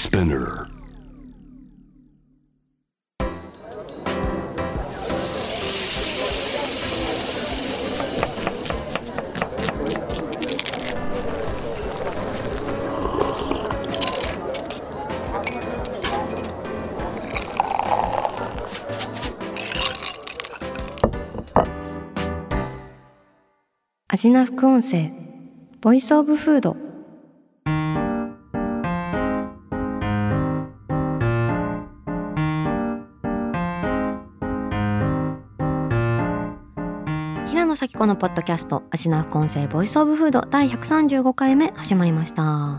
Spinner. アジナ副音声ボイスオブフード。平野咲子のポッドキャストアジナ副音声ボイスオブフード第135回目始まりました。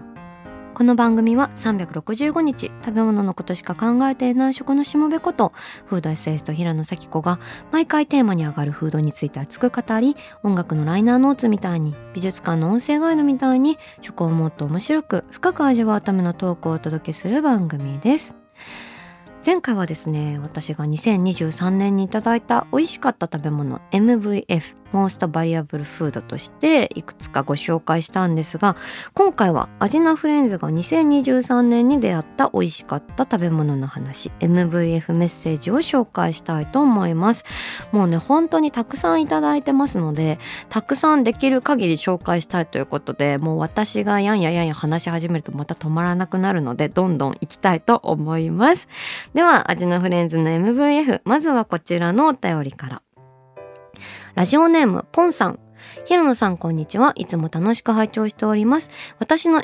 この番組は365日食べ物のことしか考えていない食のしもべことフードエッセイスト平野咲子が毎回テーマに上がるフードについて熱く語り、音楽のライナーノーツみたいに美術館の音声ガイドみたいに食をもっと面白く深く味わうためのトークをお届けする番組です。前回はですね、私が2023年にいただいた美味しかった食べ物 MVF Most Valuable Food としていくつかご紹介したんですが、今回はアジナフレンズが2023年に出会った美味しかった食べ物の話 MVF メッセージを紹介したいと思います。もうね本当にたくさんいただいてますので、たくさんできる限り紹介したいということで、もう私がやんや話し始めるとまた止まらなくなるのでどんどん行きたいと思います。ではアジナフレンズの MVF、 まずはこちらのお便りから。ラジオネームポンさん。平野さんこんにちは。いつも楽しく拝聴しております。私の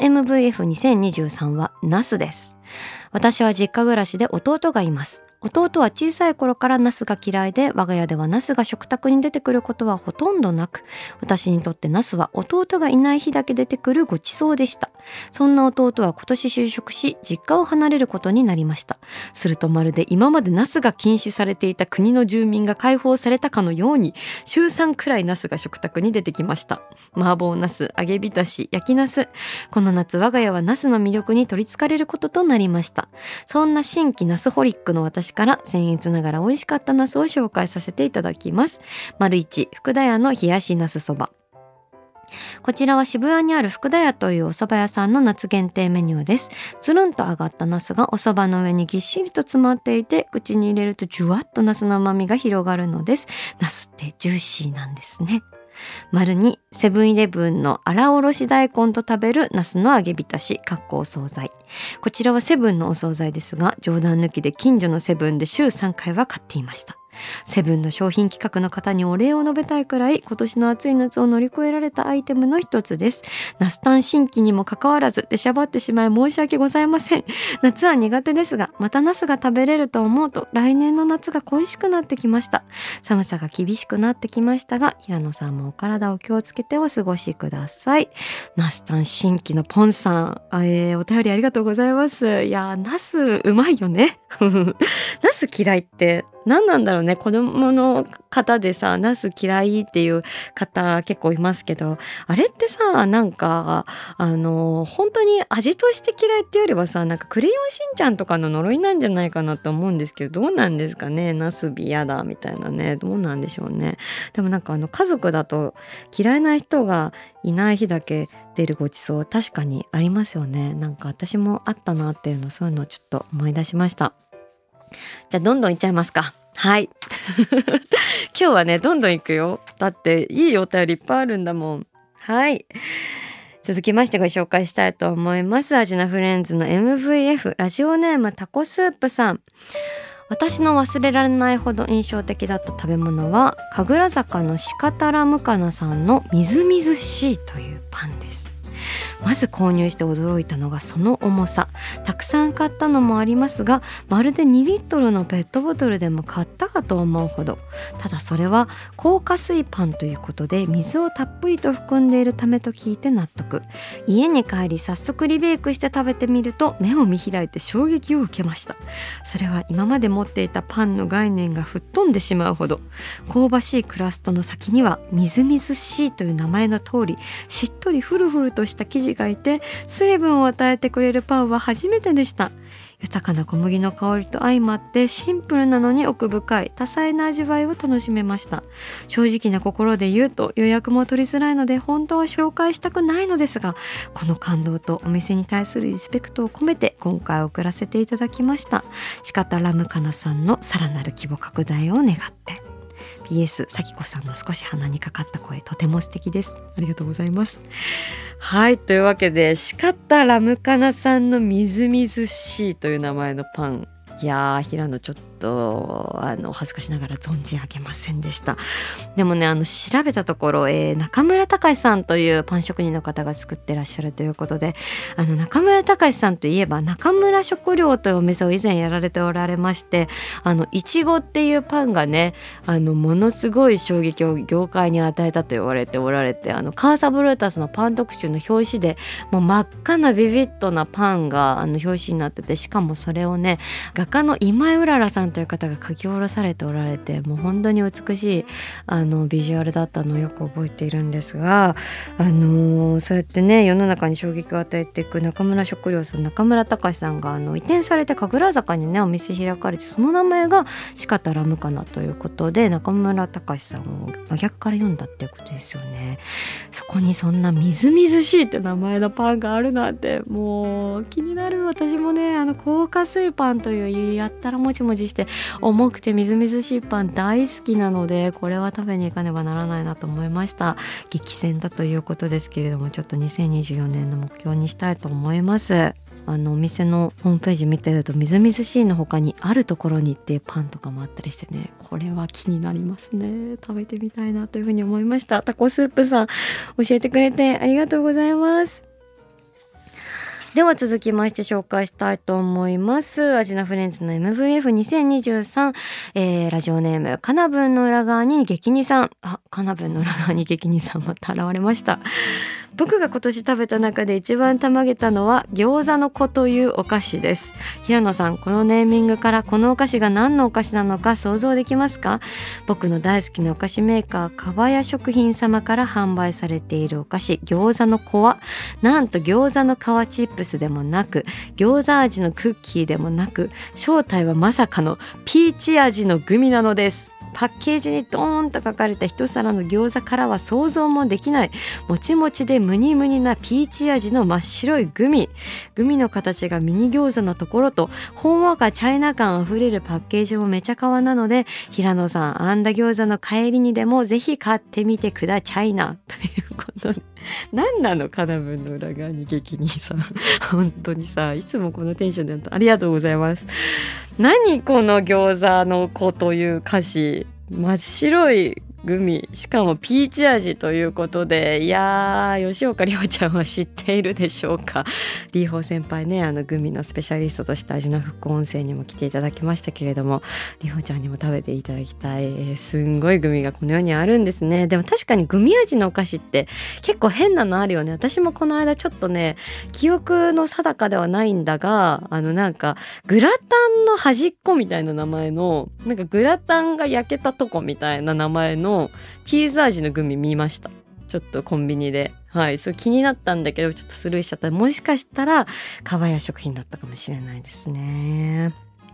MVF2023 はナスです。私は実家暮らしで弟がいます。弟は小さい頃からナスが嫌いで、我が家ではナスが食卓に出てくることはほとんどなく、私にとってナスは弟がいない日だけ出てくるごちそうでした。そんな弟は今年就職し実家を離れることになりました。するとまるで今までナスが禁止されていた国の住民が解放されたかのように、週3くらいナスが食卓に出てきました。麻婆ナス、揚げ浸し、焼きナス。この夏我が家はナスの魅力に取りつかれることとなりました。そんな新規ナスホリックの私から僭越ながら美味しかったナスを紹介させていただきます。丸1、福田屋の冷やしナスそば。こちらは渋谷にある福田屋というお蕎麦屋さんの夏限定メニューです。つるんと揚がったナスがお蕎麦の上にぎっしりと詰まっていて、口に入れるとじゅわっとナスの旨味が広がるのです。ナスってジューシーなんですね。丸2、セブンイレブンの荒おろし大根と食べるナスの揚げ浸しお惣菜。こちらはセブンのお惣菜ですが、冗談抜きで近所のセブンで週3回は買っていました。セブンの商品企画の方にお礼を述べたいくらい今年の暑い夏を乗り越えられたアイテムの一つです。ナスタン新規にもかかわらず出しゃばってしまい申し訳ございません。夏は苦手ですが、またナスが食べれると思うと来年の夏が恋しくなってきました。寒さが厳しくなってきましたが、平野さんもお体を気をつけてお過ごしください。ナスタン新規のポンさん、お便りありがとうございます。いやナスうまいよねナス嫌いって何なんだろうね。子供の方でさ、ナス嫌いっていう方結構いますけど、あれってさ、なんか本当に味として嫌いっていうよりはさ、なんかクレヨンしんちゃんとかの呪いなんじゃないかなと思うんですけど、どうなんですかね。ナスビやだみたいなね、どうなんでしょうね。でもなんか家族だと嫌いな人がいない日だけ出るごちそう確かにありますよね。なんか私もあったなっていうの、そういうのをちょっと思い出しました。じゃあどんどんいっちゃいますか。はい今日はねどんどんいくよ。だっていいお便りいっぱいあるんだもん。はい、続きましてご紹介したいと思います。アジナフレンズの MVF ラジオネームタコスープさん。私の忘れられないほど印象的だった食べ物は神楽坂のシカタラムカナさんのみずみずしいというパンです。まず購入して驚いたのがその重さ。たくさん買ったのもありますが、まるで2リットルのペットボトルでも買ったかと思うほど。ただそれは高加水パンということで水をたっぷりと含んでいるためと聞いて納得。家に帰り早速リベイクして食べてみると目を見開いて衝撃を受けました。それは今まで持っていたパンの概念が吹っ飛んでしまうほど、香ばしいクラストの先にはみずみずしいという名前の通りしっとりふるふるとした生地生地がいて水分を与えてくれるパンは初めてでした。豊かな小麦の香りと相まってシンプルなのに奥深い多彩な味わいを楽しめました。正直な心で言うと予約も取りづらいので本当は紹介したくないのですが、この感動とお店に対するリスペクトを込めて今回送らせていただきました。シカタラムカナさんのさらなる規模拡大を願って。 PS さきこさんの少し鼻にかかった声とても素敵です。ありがとうございます。はい、というわけでシカタラムカナさんのみずみずしいという名前のパン、いやー平野ちょっと恥ずかしながら存じ上げませんでした。でもね調べたところ、中村隆さんというパン職人の方が作ってらっしゃるということで、中村隆さんといえば中村食料というお店を以前やられておられまして、いちごっていうパンがねものすごい衝撃を業界に与えたと言われておられて、カーサブルータスのパン特集の表紙でもう真っ赤なビビッドなパンが表紙になってて、しかもそれをね画家の今井うららさんという方が書き下ろされておられて、もう本当に美しいビジュアルだったのをよく覚えているんですが、そうやってね世の中に衝撃を与えていく中村食料さん、中村隆さんが移転されて神楽坂にねお店開かれて、その名前がシカタラムカナということで中村隆さんを真逆から読んだっていうことですよね。そこにそんなみずみずしいって名前のパンがあるなんてもう気になる。私もね高加水パンというやったらもちもちして重くてみずみずしいパン大好きなので、これは食べに行かねばならないなと思いました。激戦だということですけれども、ちょっと2024年の目標にしたいと思います。お店のホームページ見てるとみずみずしいの他にあるところにっていうパンとかもあったりしてね、これは気になりますね。食べてみたいなというふうに思いました。タコスープさん教えてくれてありがとうございます。では続きまして紹介したいと思います。アジナフレンズの MVF2023、ラジオネームカナブンの裏側に激似さん、カナブンの裏側に激似さんまた現れました。僕が今年食べた中で一番たまげたのは餃子の子というお菓子です。平野さん、このネーミングからこのお菓子が何のお菓子なのか想像できますか？僕の大好きなお菓子メーカー川谷食品様から販売されているお菓子餃子の子は、なんと餃子の皮チップスでもなく餃子味のクッキーでもなく、正体はまさかのピーチ味のグミなのです。パッケージにドーンと書かれた一皿の餃子からは想像もできないもちもちでムニムニなピーチ味の真っ白いグミの形がミニ餃子のところとほんわかチャイナ感あふれるパッケージもめちゃかわなので、平野さん、あんだ餃子の帰りにでもぜひ買ってみてくだチャイナということで、何なのカナブンの裏側に激似さん本当にさ、いつもこのテンションでありがとうございます。何この餃子の子という歌詞、真っ白いグミ、しかもピーチ味ということで、いやー、吉岡里帆ちゃんは知っているでしょうか。里帆先輩ね、グミのスペシャリストとして味の副音声にも来ていただきましたけれども、里帆ちゃんにも食べていただきたい、すんごいグミがこの世にあるんですね。でも確かにグミ味のお菓子って結構変なのあるよね。私もこの間ちょっとね、記憶の定かではないんだが、なんかグラタンの端っこみたいな名前の、なんかグラタンが焼けたとこみたいな名前のチーズ味のグミ見ました。ちょっとコンビニで、そう気になったんだけどちょっとスルーしちゃった。もしかしたら川谷食品だったかもしれないですね。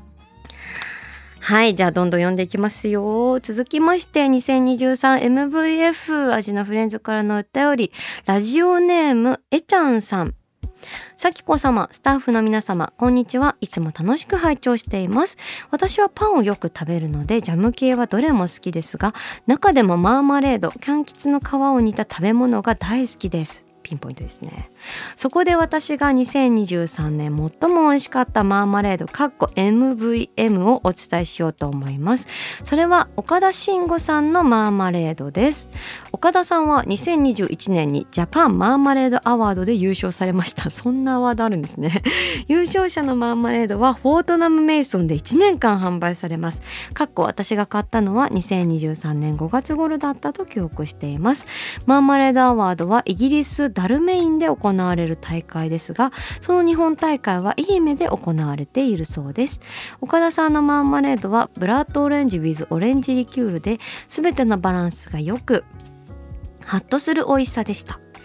はい、じゃあどんどん読んでいきますよ。続きまして 2023MVF アジナフレンズからのお便り、ラジオネームえちゃんさん。さきこ様、スタッフの皆様、こんにちは。いつも楽しく拝聴しています。私はパンをよく食べるのでジャム系はどれも好きですが、中でもマーマレード、柑橘の皮を煮た食べ物が大好きです。ピンポイントですね。そこで私が2023年最も美味しかったマーマレード（MVM） をお伝えしようと思います。それは岡田慎吾さんのマーマレードです。岡田さんは2021年にジャパンマーマレードアワードで優勝されました。そんなアワードあるんですね。優勝者のマーマレードはフォートナムメイソンで1年間販売されます。私が買ったのは2023年5月頃だったと記憶しています。マーマレードアワードはイギリスダルメインで行われる大会ですが、その日本大会は愛媛で行われているそうです。岡田さんのマーマレードはブラッドオレンジ with オレンジリキュールで、全てのバランスが良くハッとする美味しさでした。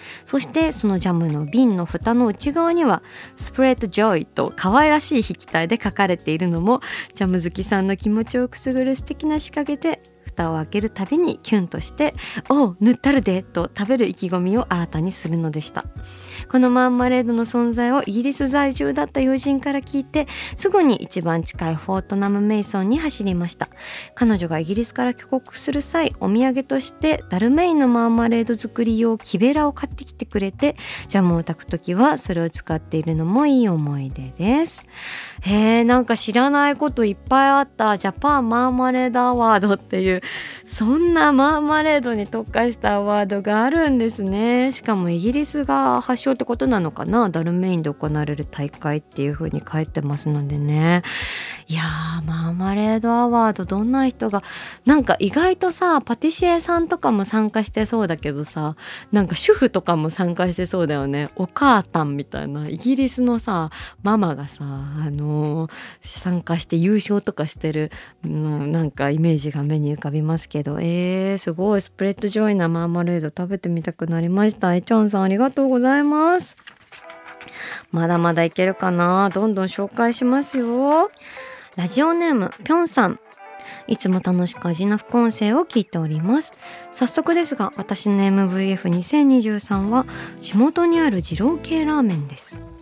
そしてそのジャムの瓶の蓋の内側にはスプレッドジョイと可愛らしい筆記体で書かれているのもジャム好きさんの気持ちをくすぐる素敵な仕掛けで、蓋を開けるたびにキュンとしておう塗ったるでと食べる意気込みを新たにするのでした。このマーマレードの存在をイギリス在住だった友人から聞いて、すぐに一番近いフォートナムメイソンに走りました。彼女がイギリスから帰国する際、お土産としてダルメインのマーマレード作り用木べらを買ってきてくれて、ジャムを炊くときはそれを使っているのもいい思い出です。なんか知らないこといっぱいあった。ジャパンマーマレードアワードっていう、そんなマーマレードに特化したアワードがあるんですね。しかもイギリスが発祥ってことなのかな。ダルメインで行われる大会っていう風に書いてますのでね。いやー、マーマレードアワード、どんな人が、なんか意外とさ、パティシエさんとかも参加してそうだけどさ、なんか主婦とかも参加してそうだよね。お母さんみたいなイギリスのさママがさ、参加して優勝とかしてる、なんかイメージが目に浮かびますけど、すごいスプレッドジョイなマーマレード食べてみたくなりました。チョンさんありがとうございます。まだまだいけるかな。どんどん紹介しますよ。ラジオネームぴょんさん、いつも楽しく味の副音声を聞いております。早速ですが、私の MVF2023 は地元にある二郎系ラーメンです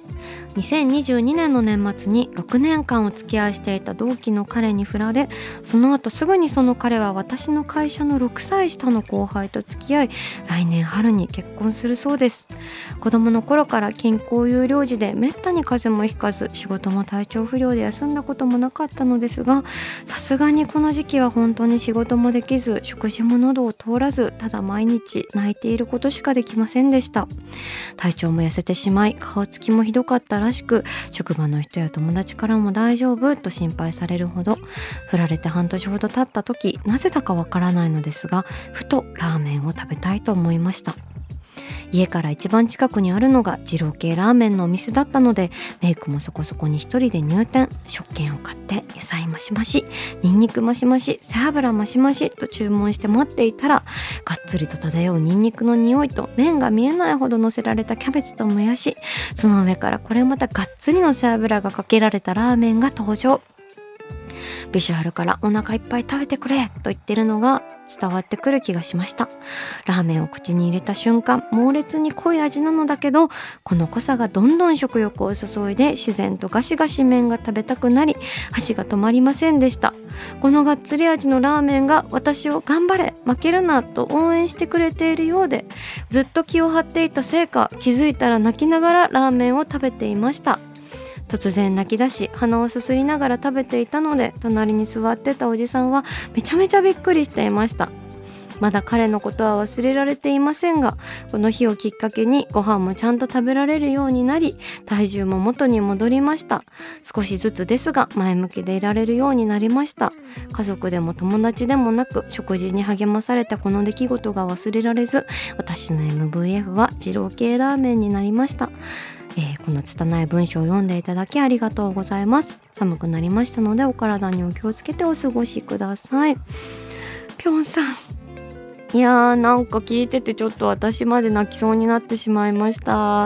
。2022年の年末に6年間お付き合いしていた同期の彼に振られ、その後すぐにその彼は私の会社の6歳下の後輩と付き合い、来年春に結婚するそうです。子供の頃から健康有料児でめったに風邪もひかず、仕事も体調不良で休んだこともなかったのですが、さすがにこの時期は本当に仕事もできず、食事も喉を通らず、ただ毎日泣いていることしかできませんでした。体調も痩せてしまい、顔つきもひどかったらしく、職場の人や友達からも大丈夫と心配されるほど。振られて半年ほど経った時、なぜだかわからないのですが、ふとラーメンを食べたいと思いました。家から一番近くにあるのが二郎系ラーメンのお店だったので、メイクもそこそこに一人で入店、食券を買って野菜増し増し、ニンニク増し増し、背脂増し増しと注文して待っていたら、がっつりと漂うニンニクの匂いと麺が見えないほど乗せられたキャベツともやし、その上からこれまたがっつりの背脂がかけられたラーメンが登場。ビジュアルからお腹いっぱい食べてくれと言ってるのが伝わってくる気がしました。ラーメンを口に入れた瞬間、猛烈に濃い味なのだけど、この濃さがどんどん食欲を注いで、自然とガシガシ麺が食べたくなり、箸が止まりませんでした。このがっつり味のラーメンが私を頑張れ負けるなと応援してくれているようで、ずっと気を張っていたせいか、気づいたら泣きながらラーメンを食べていました。突然泣き出し、鼻をすすりながら食べていたので、隣に座ってたおじさんはめちゃめちゃびっくりしていました。まだ彼のことは忘れられていませんが、この日をきっかけにご飯もちゃんと食べられるようになり、体重も元に戻りました。少しずつですが前向きでいられるようになりました。家族でも友達でもなく、食事に励まされたこの出来事が忘れられず、私の MVF は二郎系ラーメンになりました。この拙い文章を読んでいただきありがとうございます。寒くなりましたのでお体にお気をつけてお過ごしください。ぴょんさん、いやー、なんか聞いててちょっと私まで泣きそうになってしまいました。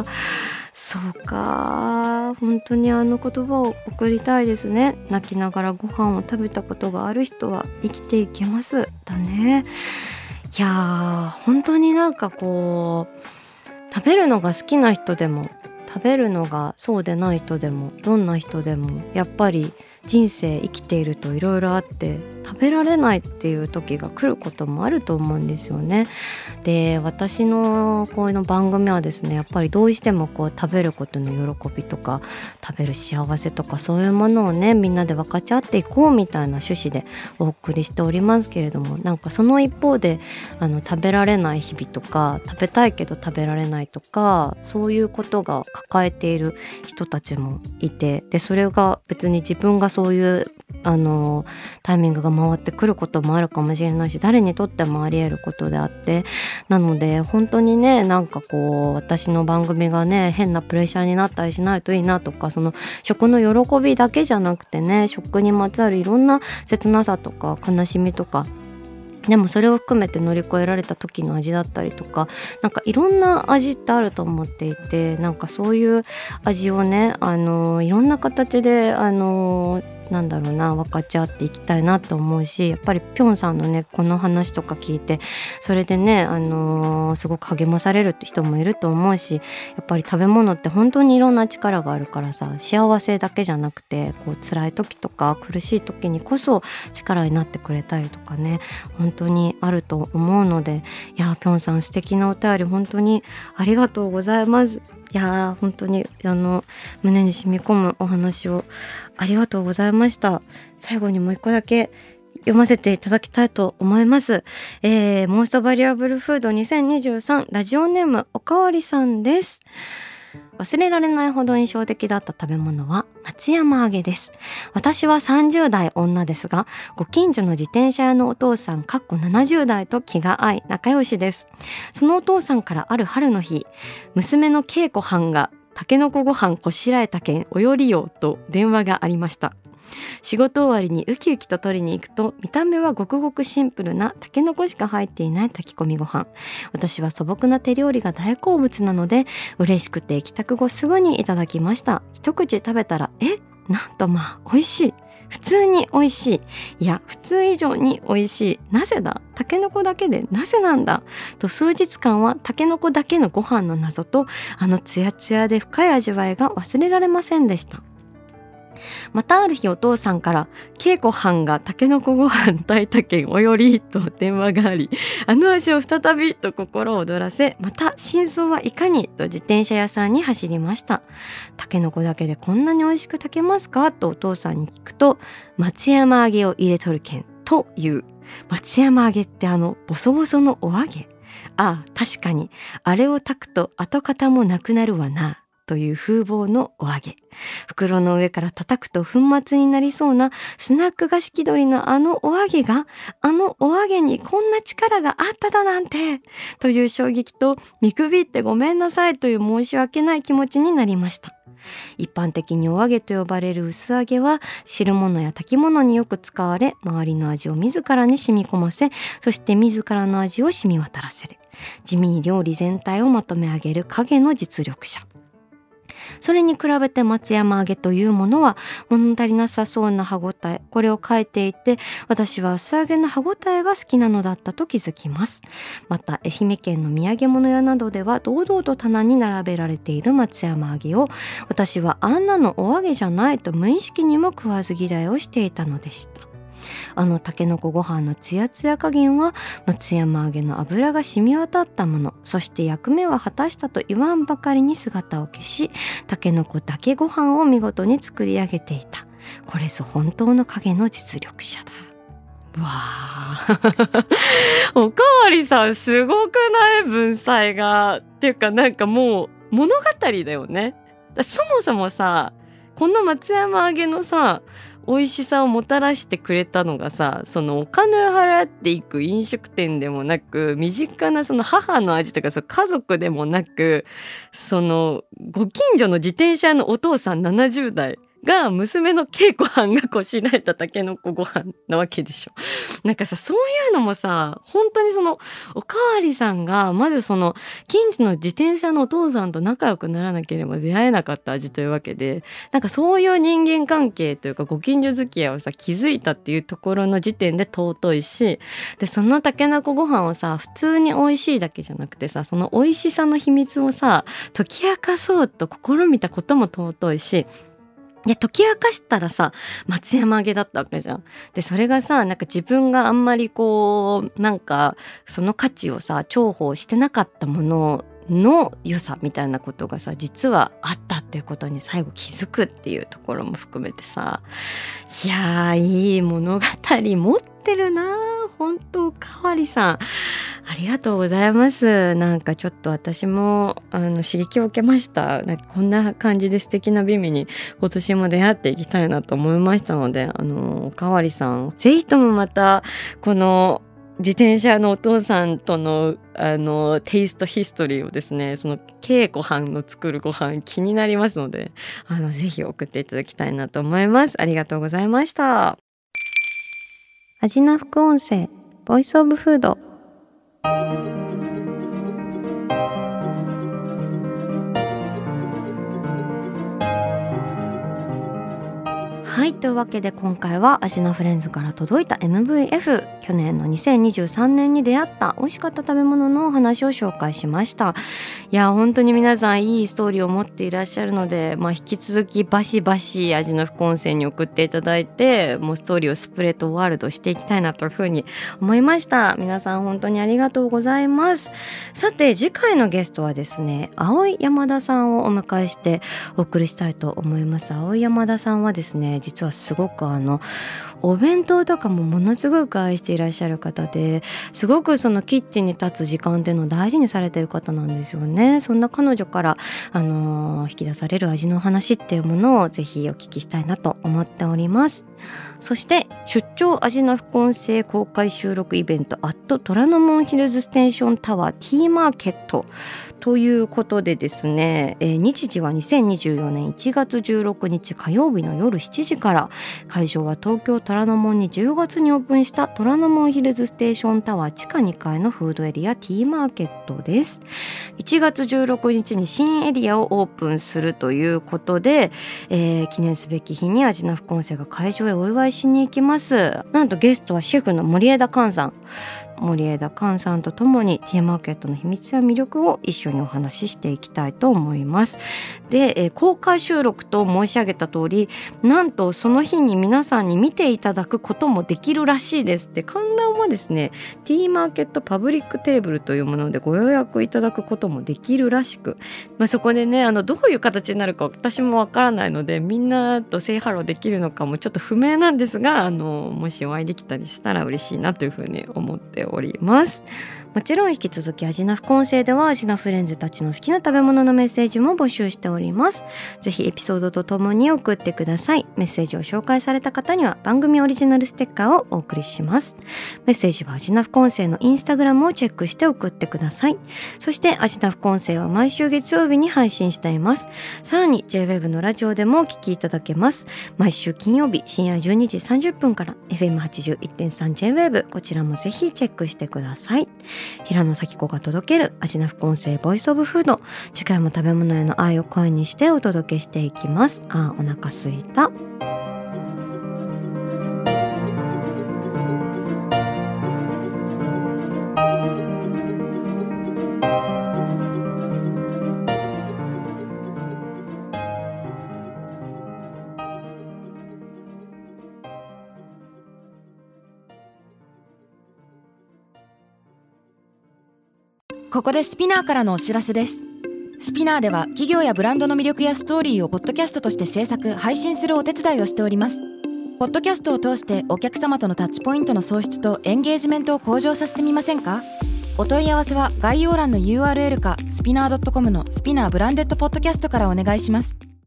そうか、本当にあの言葉を送りたいですね。泣きながらご飯を食べたことがある人は生きていけますだね。いやー、本当になんかこう、食べるのが好きな人でも食べるのがそうでない人でも、どんな人でもやっぱり人生生きているといろいろあって、食べられないっていう時が来ることもあると思うんですよね。で、私のこの番組はですね、やっぱりどうしてもこう食べることの喜びとか、食べる幸せとか、そういうものをね、みんなで分かち合っていこうみたいな趣旨でお送りしておりますけれども、なんかその一方で食べられない日々とか、食べたいけど食べられないとか、そういうことが抱えている人たちもいて、でそれが別に自分がそういうタイミングが回ってくることもあるかもしれないし、誰にとってもあり得ることであって、なので本当にね、なんかこう私の番組がね、変なプレッシャーになったりしないといいなとか、その食の喜びだけじゃなくてね、食にまつわるいろんな切なさとか悲しみとか、 でもそれを含めて乗り越えられた時の味だったりとか、なんかいろんな味ってあると思っていて、なんかそういう味をね、いろんな形でなんだろうな、分かち合っていきたいなと思うし、やっぱりぴょんさんのねこの話とか聞いて、それでね、すごく励まされる人もいると思うし、やっぱり食べ物って本当にいろんな力があるからさ、幸せだけじゃなくてこう辛い時とか苦しい時にこそ力になってくれたりとかね、本当にあると思うので、いやぴょんさん素敵なお便り本当にありがとうございます。いや本当に胸に染み込むお話をありがとうございました。最後にもう一個だけ読ませていただきたいと思います。モーストバリアブルフード2023ラジオネームおかわりさんです。忘れられないほど印象的だった食べ物は松山揚げです。私は30代女ですが、ご近所の自転車屋のお父さん70代と気が合い仲良しです。そのお父さんからある春の日、娘の恵子はんがたけのこご飯こしらえたけんおよりよと電話がありました。仕事終わりにウキウキと取りに行くと、見た目はごくごくシンプルなタケノコしか入っていない炊き込みご飯。私は素朴な手料理が大好物なので、嬉しくて帰宅後すぐにいただきました。一口食べたらなんと美味しい、普通に美味しい、いや普通以上に美味しい、なぜだ、タケノコだけでなぜなんだと、数日間はタケノコだけのご飯の謎とツヤツヤで深い味わいが忘れられませんでした。またある日、お父さんから恵子はんがたけのこご飯炊いたけんおよりと電話があり、味を再びと心を躍らせ、また真相はいかにと自転車屋さんに走りました。たけのこだけでこんなに美味しく炊けますかとお父さんに聞くと、松山揚げを入れとるけんという。松山揚げってボソボソのお揚げ、確かにあれを炊くと跡形もなくなるわなという風貌のお揚げ。袋の上から叩くと粉末になりそうなスナック菓子気取りのお揚げが、お揚げにこんな力があっただなんてという衝撃と、見くびってごめんなさいという申し訳ない気持ちになりました。一般的にお揚げと呼ばれる薄揚げは汁物や炊き物によく使われ、周りの味を自らに染み込ませ、そして自らの味を染み渡らせる、地味に料理全体をまとめ上げる影の実力者。それに比べて松山揚げというものは物足りなさそうな歯ごたえ、これを変えていて、私は薄揚げの歯ごたえが好きなのだったと気づきます。また愛媛県の土産物屋などでは堂々と棚に並べられている松山揚げを、私はあんなのお揚げじゃないと無意識にも食わず嫌いをしていたのでした。たけのこご飯のツヤツヤ加減は松山揚げの油が染み渡ったもの、そして役目は果たしたと言わんばかりに姿を消し、たけのこだけご飯を見事に作り上げていた。これぞ本当の影の実力者だ。わーおかわりさんすごくない？文才がっていうか、なんかもう物語だよね。そもそもさ、この松山揚げのさ美味しさをもたらしてくれたのがさ、そのお金を払っていく飲食店でもなく、身近なその母の味とか、その家族でもなく、そのご近所の自転車のお父さん70代が娘の恵子はんがこしらえたたけのこご飯なわけでしょ。なんかさ、そういうのもさ、本当にそのおかわりさんがまずその近所の自転車のお父さんと仲良くならなければ出会えなかった味というわけで、なんかそういう人間関係というかご近所付き合いをさ気づいたっていうところの時点で尊いし、でそのたけのこご飯をさ普通に美味しいだけじゃなくてさ、その美味しさの秘密をさ解き明かそうと試みたことも尊いし、で解き明かしたらさ松山揚げだったわけじゃん。でそれがさ、なんか自分があんまりこうなんかその価値をさ重宝してなかったものの良さみたいなことがさ実はあったっていうことに最後気づくっていうところも含めてさ、いやーいい物語持ってるな。本当おかわりさんありがとうございます。なんかちょっと私も刺激を受けました。なんかこんな感じで素敵な美味に今年も出会っていきたいなと思いましたので、おかわりさんぜひともまたこの自転車のお父さんとのテイストヒストリーをですね、その恵子はんの作るご飯気になりますので、ぜひ送っていただきたいなと思います。ありがとうございました。味な副音声ボイスオブフード。はい、というわけで今回はアジナフレンズから届いた MVF、 去年の2023年に出会った美味しかった食べ物のお話を紹介しました。いや本当に皆さんいいストーリーを持っていらっしゃるので、引き続きバシバシアジナ副音声に送っていただいて、もうストーリーをスプレッドワールドしていきたいなというふうに思いました。皆さん本当にありがとうございます。さて次回のゲストはですね、青井山田さんをお迎えしてお送りしたいと思います。青井山田さんはですね、実はすごくお弁当とかもものすごく愛していらっしゃる方で、すごくそのキッチンに立つ時間っていうのを大事にされている方なんですよね。そんな彼女から引き出される味の話っていうものをぜひお聞きしたいなと思っております。そして出張アジナ副音声公開収録イベント虎ノ門ヒルズステーションタワー T マーケットということでですね、日時は2024年1月16日火曜日の夜7時から、会場は東京虎ノ門に10月にオープンした虎ノ門ヒルズステーションタワー地下2階のフードエリア T マーケットです。1月16日に新エリアをオープンするということで、記念すべき日にアジナ副音声が会場へお祝いしに行きます。なんとゲストはシェフの森枝寛さんとともに T マーケットの秘密や魅力を一緒にお話ししていきたいと思います。で、公開収録と申し上げた通り、なんとその日に皆さんに見ていただくこともできるらしいです。で、観覧はですね T マーケットパブリックテーブルというものでご予約いただくこともできるらしく、そこでねどういう形になるか私もわからないので、みんなとセイハローできるのかもちょっと不明なんですが、もしお会いできたりしたら嬉しいなというふうに思っております。もちろん引き続きアジナ副音声ではアジナフレンズたちの好きな食べ物のメッセージも募集しております。ぜひエピソードとともに送ってください。メッセージを紹介された方には番組オリジナルステッカーをお送りします。メッセージはアジナ副音声のインスタグラムをチェックして送ってください。そしてアジナ副音声は毎週月曜日に配信しています。さらに JWEB のラジオでもお聞きいただけます。毎週金曜日深夜12時30分から FM81.3 JWEB、 こちらもぜひチェックしてください。平野咲子が届けるアジナ副音声ボイスオブフード、次回も食べ物への愛を声にしてお届けしていきます。お腹すいた。 ここでスピナーからのお知らせです。スピナーでは企業やブランドの魅力やストーリーをポッドキャストとして制作・配信するお手伝いをしております。ポッドキャストを通してお客様とのタッチポイントの創出とエンゲージメントを向上させてみませんか？お問い合わせは概要欄の URL かスピナー .com のスピナーブランデッドポッドキャストからお願いします。